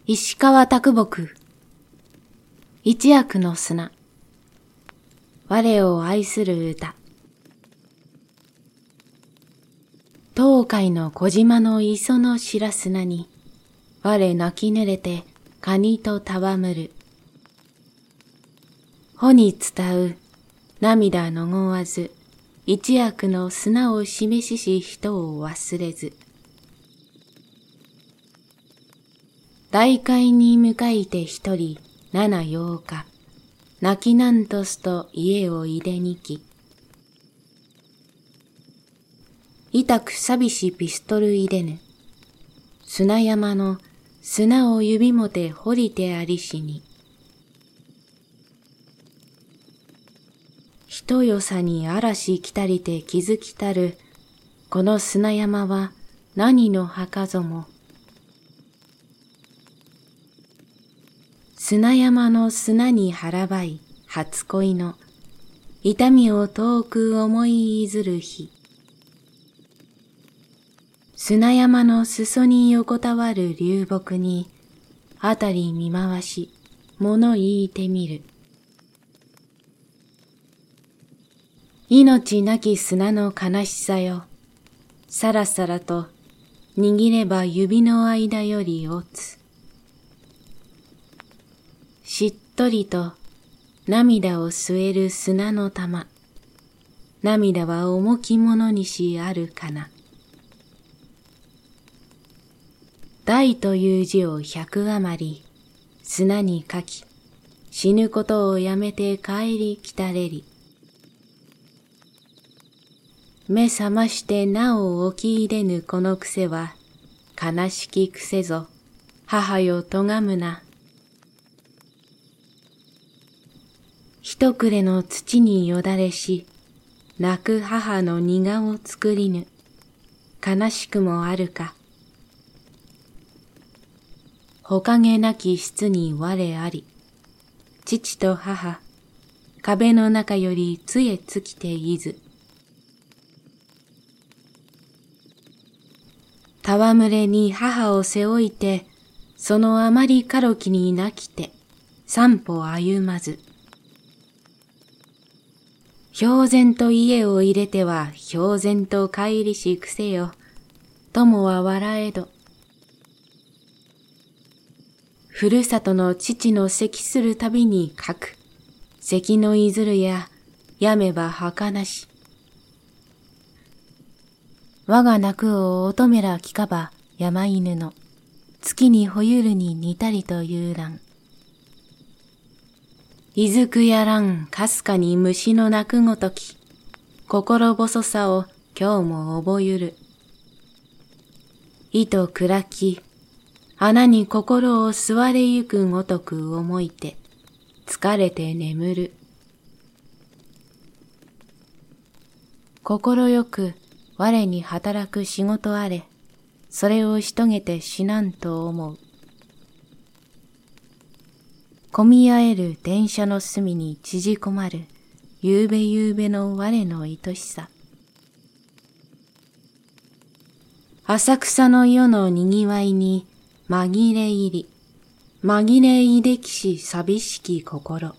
石川啄木。一躍の砂。我を愛する歌。東海の小島の磯の白砂に、我泣き濡れてカニと戯る。穂に伝う涙のごわず、一躍の砂を示し人を忘れず。大海に向かいて一人7、8日、泣きなんとすと家をいでにき。痛く寂しピストルいでぬ。砂山の砂を指もて掘りてありしに。人よさに嵐来たりて気づきたる、この砂山は何の墓ぞも。砂山の砂に腹ばい初恋の、痛みを遠く思いいずる日。砂山の裾に横たわる流木に、あたり見回し、物言いてみる。命なき砂の悲しさよ、さらさらと握れば指の間より落つ。しっとりと涙を吸える砂の玉、涙は重きものにしあるかな。大という字を100余り砂に書き、死ぬことをやめて帰り来たれり。目覚ましてなお起きいでぬこの癖は、悲しき癖ぞ、母よとがむな。一暮れの土によだれし、泣く母の似顔作りぬ、悲しくもあるか。ほかげなき室に我あり、父と母、壁の中より杖つきていず。戯れに母を背負いて、そのあまり軽きに泣きて、三歩歩まず。氷然と家を入れては氷然と帰りし癖よ、友は笑えど。ふるさとの父の咳するたびに書く、咳のいずるや、やめば儚し。我が泣くを乙女ら聞かば山犬の、月にほゆるに似たりというらん。いずくやらんかすかに虫の鳴くごとき、心細さを今日も覚ゆる。糸暗き、穴に心を吸われゆくごとく思いて、疲れて眠る。心よく我に働く仕事あれ、それをしとげて死なんと思う。混み合える電車の隅に縮こまる、ゆうべゆうべの我の愛しさ。浅草の夜のにぎわいに紛れ入り、紛れいできし寂しき心。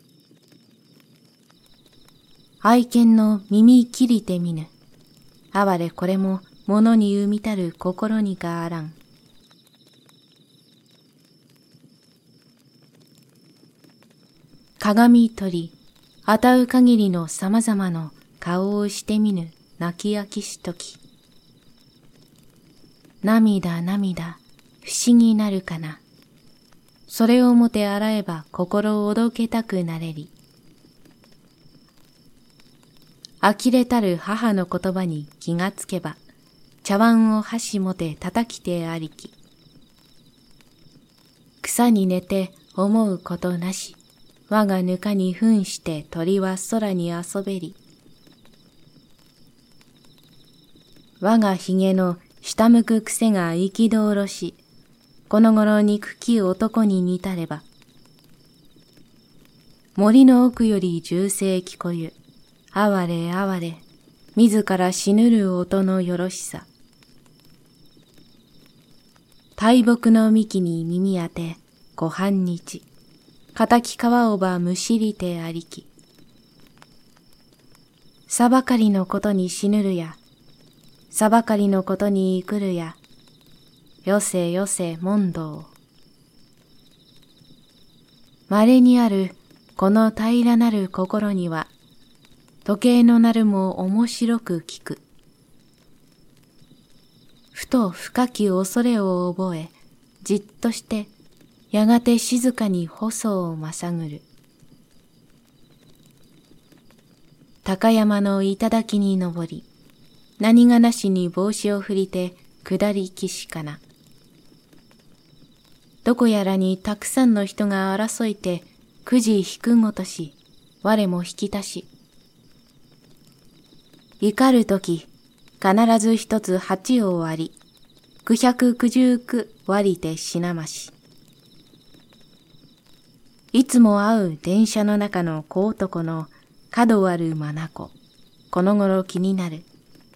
愛犬の耳切りてみぬ。哀れこれも物に生みたる心にかあらん。鏡取り、あたう限りのさまざまの顔をしてみぬ泣き飽きしとき。涙涙、不思議なるかな。それをもて洗えば心おどけたくなれり。呆れたる母の言葉に気がつけば、茶碗を箸もて叩きてありき。草に寝て思うことなし、我がぬかに扮して鳥は空に遊べり。我がひげの下向く癖が憤し、この頃憎き男に似たれば。森の奥より銃声聞こゆ、哀れ哀れ、自ら死ぬる音のよろしさ。 大木の幹に耳当て、ご半日、仇き川をばむしりてありき。さばかりのことに死ぬるや、さばかりのことに生くるや、よせよせ問答。稀にあるこの平らなる心には、時計の鳴るも面白く聞く。ふと深き恐れを覚え、じっとして、やがて静かに細をまさぐる。高山の頂に登り、何がなしに帽子を振りて下り岸かな。どこやらにたくさんの人が争いて、くじ引くごとし、我も引き足し。怒るとき、必ず一つ八を割り、999割りて品増し。いつも会う電車の中の小男の角ある眼、この頃気になる。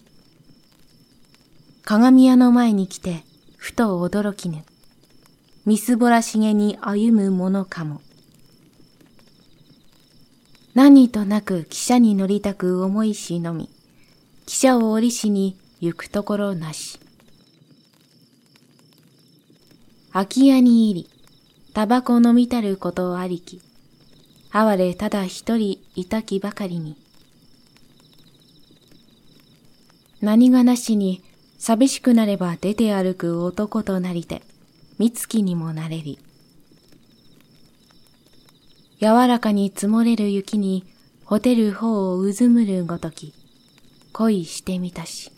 鏡屋の前に来て、ふと驚きぬ。みすぼらしげに歩むものかも。何となく汽車に乗りたく思いしのみ、汽車を降りしに行くところなし。空き家に入り、タバコ飲みたることありき、哀れただ一人いたきばかりに。何がなしに寂しくなれば出て歩く男となりて、みつきにもなれり。柔らかに積もれる雪に、ほてる方をうずむるごとき、恋してみたし。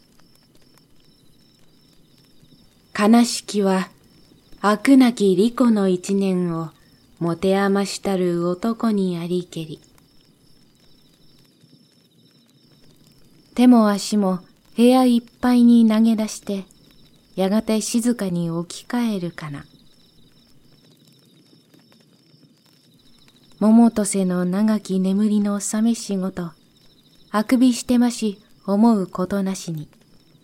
悲しきは、飽くなき利己の一年を、持て余したる男にありけり。手も足も部屋いっぱいに投げ出して、やがて静かに起き返るかな。桃とせの長き眠りの覚めしごと、あくびしてまし思うことなしに。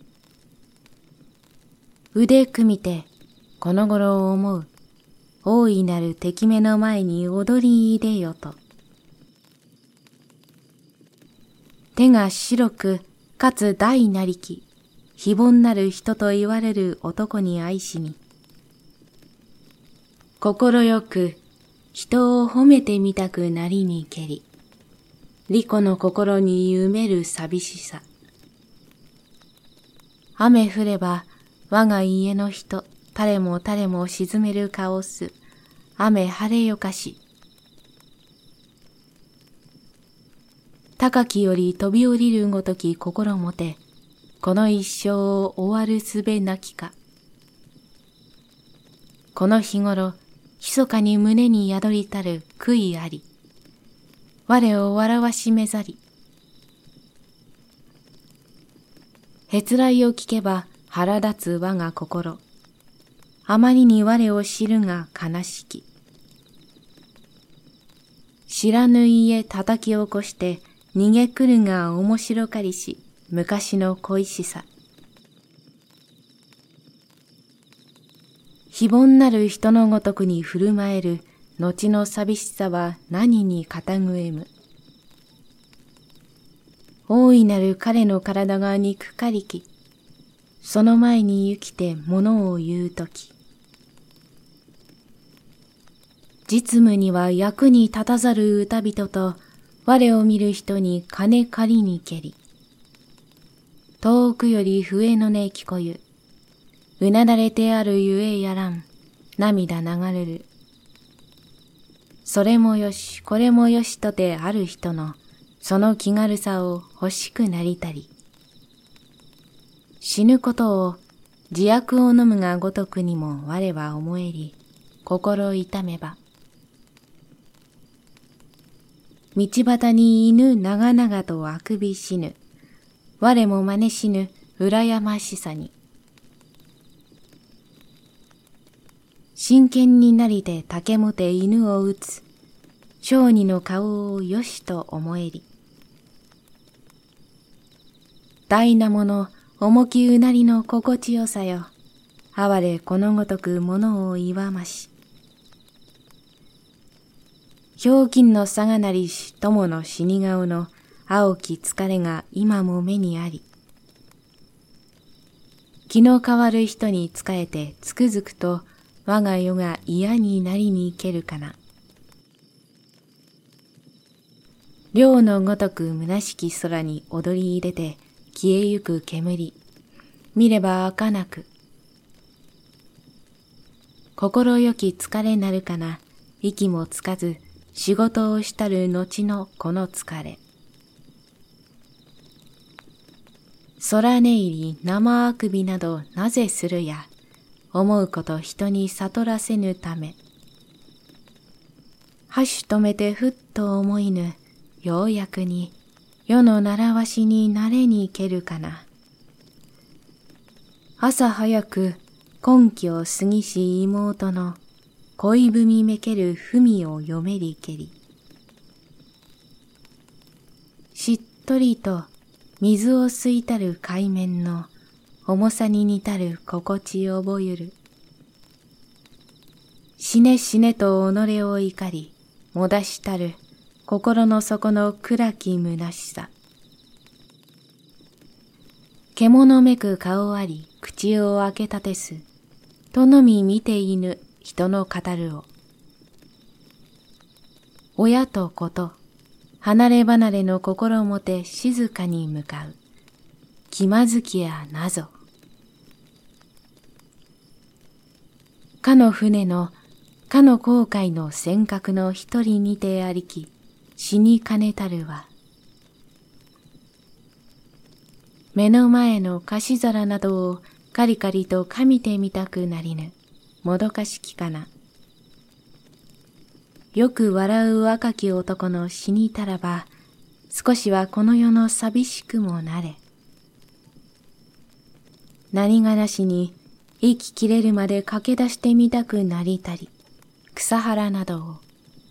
腕組みて、この頃思う、大いなる敵目の前に踊り入れよと。手が白く、かつ大なりき、非凡なる人と言われる男に愛しに。心よく、人を褒めてみたくなりにけり、利己の心に夢る寂しさ。雨降れば我が家の人、誰も誰も沈める顔す、雨晴れよかし。高きより飛び降りるごとき心もて、この一生を終わるすべなきか。この日頃、密かに胸に宿りたる悔いあり、我を笑わしめざり。へつらいを聞けば腹立つ我が心、あまりに我を知るが悲しき。知らぬ家叩き起こして逃げ来るが面白かりし、昔の恋しさ。非凡なる人のごとくに振る舞える後の寂しさは何に堅ぐえむ。大いなる彼の体が憎かりき、その前に生きて物を言うとき。実務には役に立たざる歌人と、我を見る人に金借りにけり。遠くより笛の音聞こゆ。うなだれてあるゆえやらん、涙流れる。それもよし、これもよしとてある人の、その気軽さを欲しくなりたり。死ぬことを自薬を飲むがごとくにも我は思えり、心痛めば。道端に犬長々とあくびしぬ、我も真似しぬ羨ましさに。真剣になりて竹もて犬を打つ、小児の顔をよしと思えり。大なもの重きうなりの心地よさよ、 哀れこのごとく物を言わまし。ひょうきんのさがなりし友の死に顔の青き疲れが今も目にあり、気の変わる人に仕えてつくづくと我が世が嫌になりにけるかな。涼のごとく虚しき空に踊り入れて消えゆく煙、見れば儚く。心よき疲れなるかな、息もつかず仕事をしたる後のこの疲れ。空寝入り生あくびなどなぜするや、思うこと人に悟らせぬため。箸止めてふっと思いぬ、ようやくに世の習わしになれにけるかな。朝早く今期を過ぎし妹の恋文めける文を読めりけり。しっとりと水を吸いたる海面の重さに似たる心地覚ゆる。死ね死ねと己を怒り、もだしたる心の底の暗き虚しさ。獣めく顔あり、口を開けたてす、とのみ見ていぬ人の語るを。親と子と、離れ離れの心もて静かに向かう。気まずきやなぞ。かの船の、かの航海の尖閣の一人にてありき、死にかねたるは。目の前の菓子皿などをカリカリとかみてみたくなりぬ、もどかしきかな。よく笑う若き男の死にたらば、少しはこの世の寂しくもなれ。何がなしに息切れるまで駆け出してみたくなりたり、草原などを。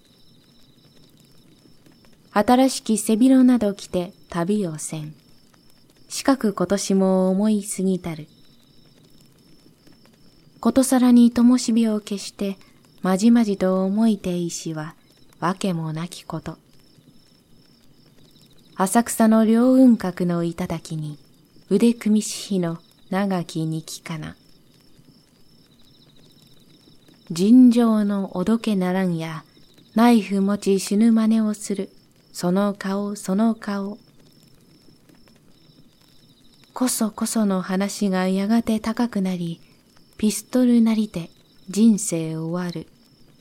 新しき背広など着て旅をせん。しかく今年も思いすぎたる。ことさらに灯火を消して、まじまじと思いていしは、わけもなきこと。浅草の両雲閣の頂に、腕組みし日の長きにきかな。尋常のおどけならんや、ナイフ持ち死ぬ真似をする、その顔その顔。こそこその話がやがて高くなり、ピストルなりて人生終わる。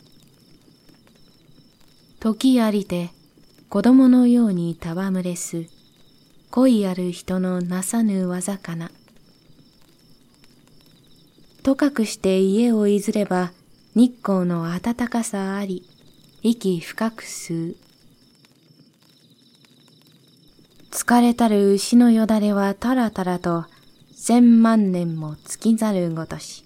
時ありて子供のように戯れす、恋ある人のなさぬ技かな。とかくして家をいずれば、日光の暖かさあり、息深く吸う。疲れたる牛のよだれはたらたらと、千万年も尽きざるごとし。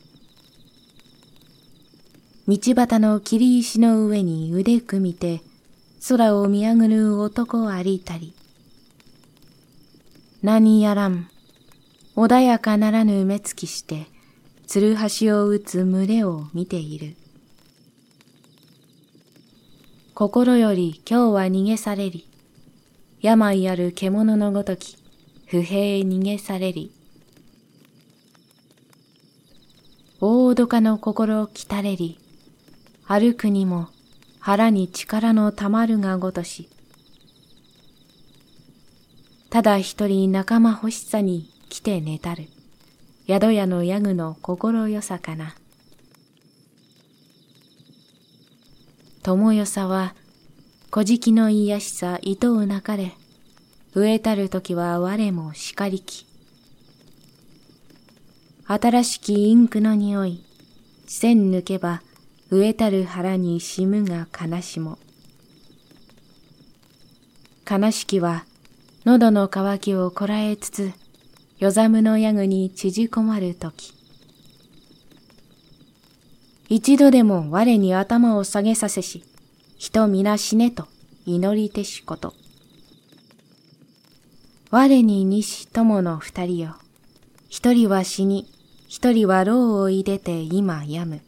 道端の切り石の上に腕組みて、空を見上ぐる男ありたり。何やらん、穏やかならぬ目つきして、つるはしを打つ群れを見ている。心より今日は逃げされり、病ある獣のごとき、不平逃げされり。大脅の心きたれり、歩くにも腹に力のたまるがごとし。ただ一人仲間欲しさに来て寝たる、宿屋のヤグの心よさかな。友よさは、小じきの癒しさ糸うなかれ、飢えたるときは我も叱りき。新しきインクの匂い、線抜けば飢えたる腹にしむが悲しも。悲しきは喉の渇きをこらえつつ、夜寒のヤグに縮こまるとき。一度でも我に頭を下げさせし、人皆死ねと祈りてしこと。我に西友の二人よ。一人は死に、 一人は労をいでて今病む。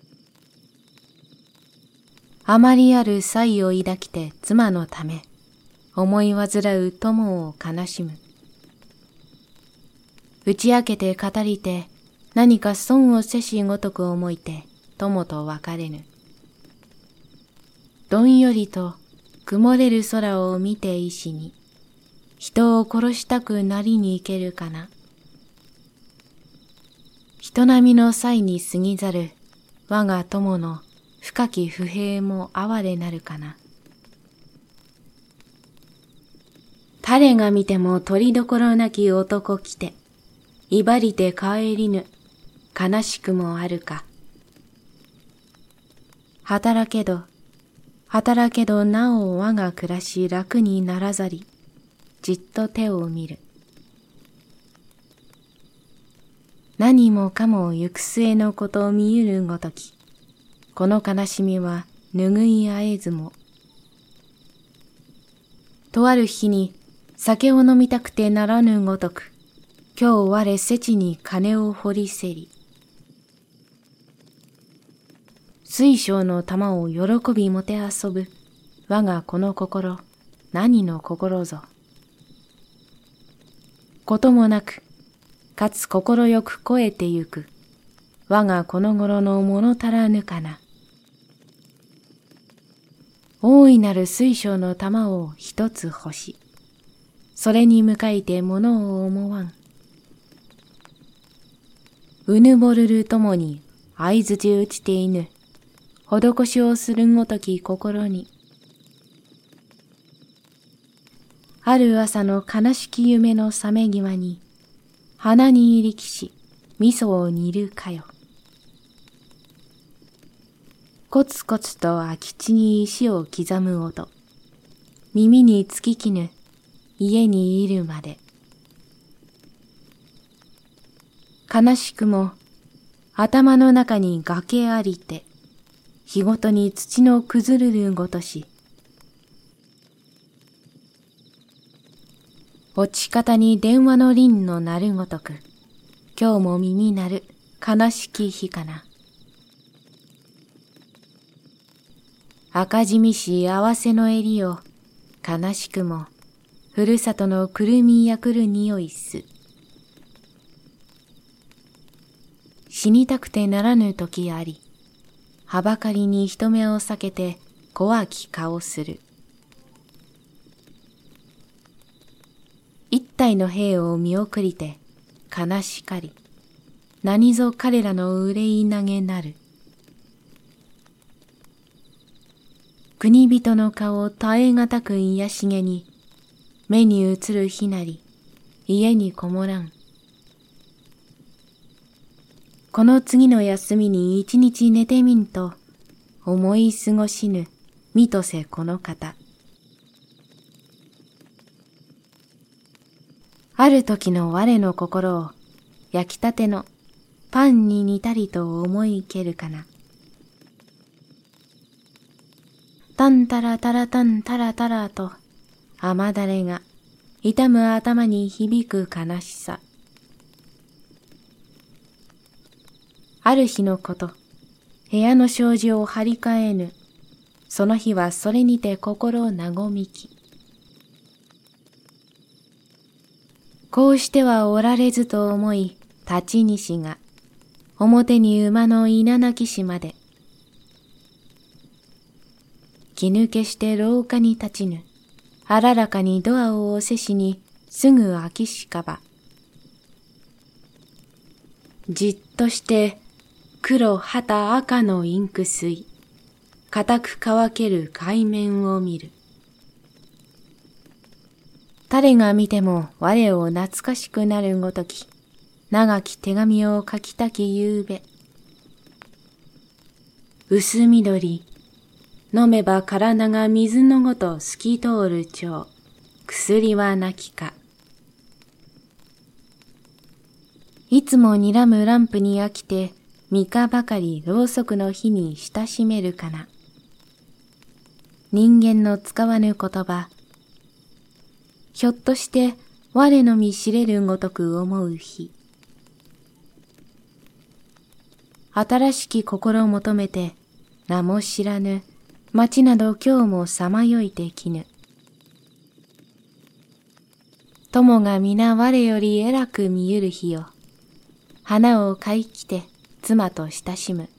あまりある妻を抱きて妻のため、思い煩う友を悲しむ。打ち明けて語りて、何か損をせしごとく思いて、友と別れぬ。どんよりと曇れる空を見ていしに、人を殺したくなりに行けるかな。人並みの際に過ぎざる、我が友の深き不平も哀れなるかな。誰が見ても取りどころなき男来て、威張りて帰りぬ、悲しくもあるか。働けどなお我が暮らし楽にならざり、じっと手を見る。何もかも行く末のことを見ゆるごとき、この悲しみは拭いあえずも。とある日に酒を飲みたくてならぬごとく、今日我せちに金を掘りせり。水晶の玉を喜びもてあそぶ、我がこの心、何の心ぞ。こともなく、かつ心よく肥えてゆく、我がこの頃の物足らぬかな。大いなる水晶の玉を一つ欲し、それに向かいて物を思わん。うぬぼるるともに相づち打ちていぬ、施しをするごとき心に。ある朝の悲しき夢の覚め際に、鼻に入りきし、味噌を煮るかよ。コツコツと空き地に石を刻む音、耳につききぬ、家にいるまで。悲しくも、頭の中に崖ありて、日ごとに土の崩るるごとし、落ち方に電話の鈴の鳴るごとく、今日も耳鳴る悲しき日かな。赤じみし合わせの襟を、悲しくも、ふるさとのくるみやくる匂いす。死にたくてならぬ時あり、はばかりに人目を避けて怖き顔する。一体の兵を見送りて悲しかり、何ぞ彼らの憂い投げなる。国人の顔耐えがたくいやしげに、目に映る日なり、家にこもらん。この次の休みに一日寝てみんと、思い過ごしぬ、みとせこの方。ある時の我の心を、焼きたてのパンに似たりと思いけるかな。タンタラタラタンタラタラと、雨だれが痛む頭に響く悲しさ。ある日のこと、部屋の障子を張り替えぬ。その日はそれにて心和みき。こうしてはおられずと思い、立ち西が、表に馬の稲なきしまで。気抜けして廊下に立ちぬ。あららかにドアを押せしに、すぐ空きしかば。じっとして、黒旗赤のインク水、固く乾ける海面を見る。誰が見ても我を懐かしくなるごとき、長き手紙を書きたき夕べ。薄緑、飲めば体が水のごと透き通る蝶、薬はなきか。いつも睨むランプに飽きて、三日ばかりろうそくの火に親しめるかな。人間の使わぬ言葉、ひょっとして我のみ知れるごとく思う日。 新しき心を求めて、名も知らぬ町など今日もさまよいてきぬ。友が皆我より偉く見ゆる日よ。花を買い来て妻と親しむ。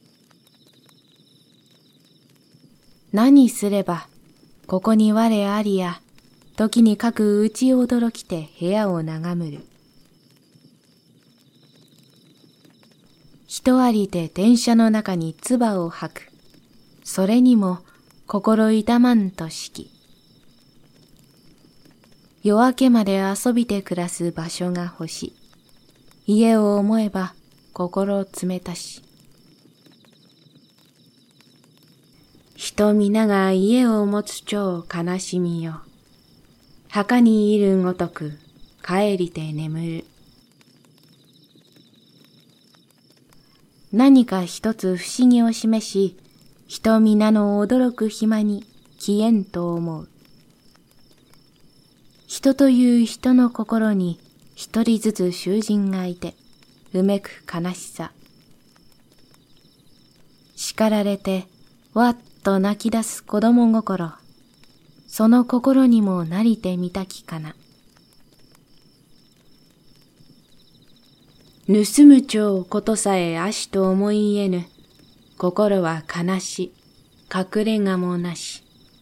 何すれば、ここに我ありや、時にかく打ち驚きて部屋を眺むる。人ありて電車の中に唾を吐く。それにも心痛まんとしき。夜明けまで遊びて暮らす場所が欲し。家を思えば心冷たし。人皆が家を持つ超悲しみよ。墓にいるごとく帰りて眠る。何か一つ不思議を示し、人皆の驚く暇に消えんと思う。人という人の心に一人ずつ囚人がいて、うめく悲しさ。叱られて、わっと泣き出す子供心。その心にもなりてみたきかな。盗むちょうことさえ足と思い得ぬ。心は悲し、隠れがもなし。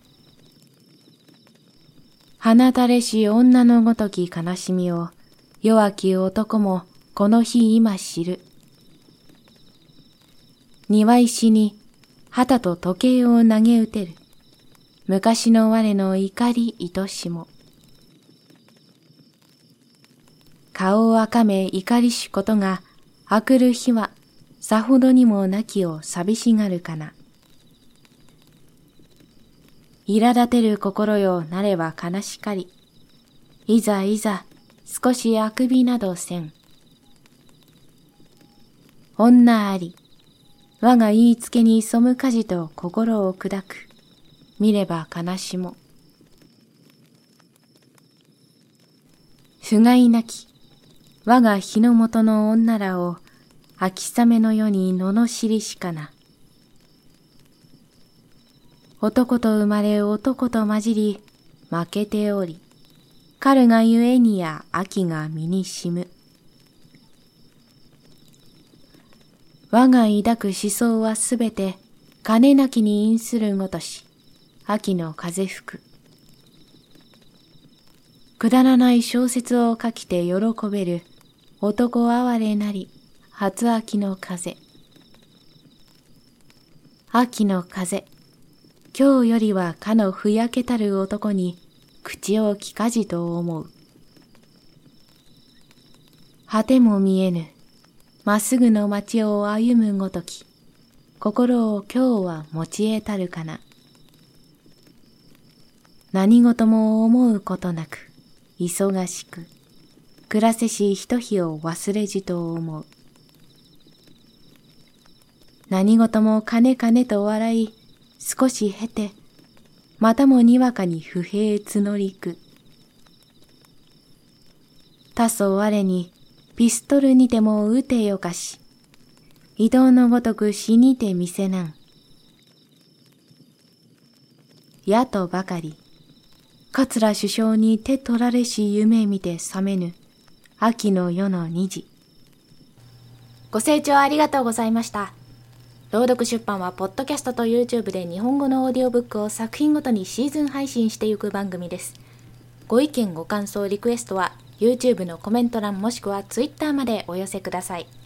放たれし女のごとき悲しみを、弱き男もこの日今知る。庭石に旗と時計を投げ打てる。昔の我の怒り愛しも。顔を赤め怒りしことが、あくる日はさほどにも亡きを寂しがるかな。苛立てる心よなれば悲しかり。いざいざ少しあくびなどせん。女あり、我が言いつけに背かじと心を砕く。見れば悲しも。不甲斐なき、我が日の元の女らを、秋雨の世に罵りしかな。男と生まれ男と混じり、負けており、狩るがゆえにや秋が身にしむ。我が抱く思想はすべて、金なきに因するごとし、秋の風吹く。くだらない小説を書きて喜べる、男哀れなり、初秋の風。秋の風。今日よりはかのふやけたる男に口をきかじと思う。果ても見えぬ、まっすぐの街を歩むごとき、心を今日は持ち得たるかな。何事も思うことなく、忙しく、暮らせしひと日を忘れじと思う。何事もかねかねと笑い、少し経て、またもにわかに不平募りく。たそ我にピストルにても撃てよかし、移動のごとく死にてみせなん。やとばかり、桂首相に手取られし夢見て覚めぬ、秋の夜の2時。ご清聴ありがとうございました。朗読出版はポッドキャストと YouTube で日本語のオーディオブックを作品ごとにシーズン配信していく番組です。ご意見ご感想リクエストは YouTube のコメント欄もしくは Twitter までお寄せください。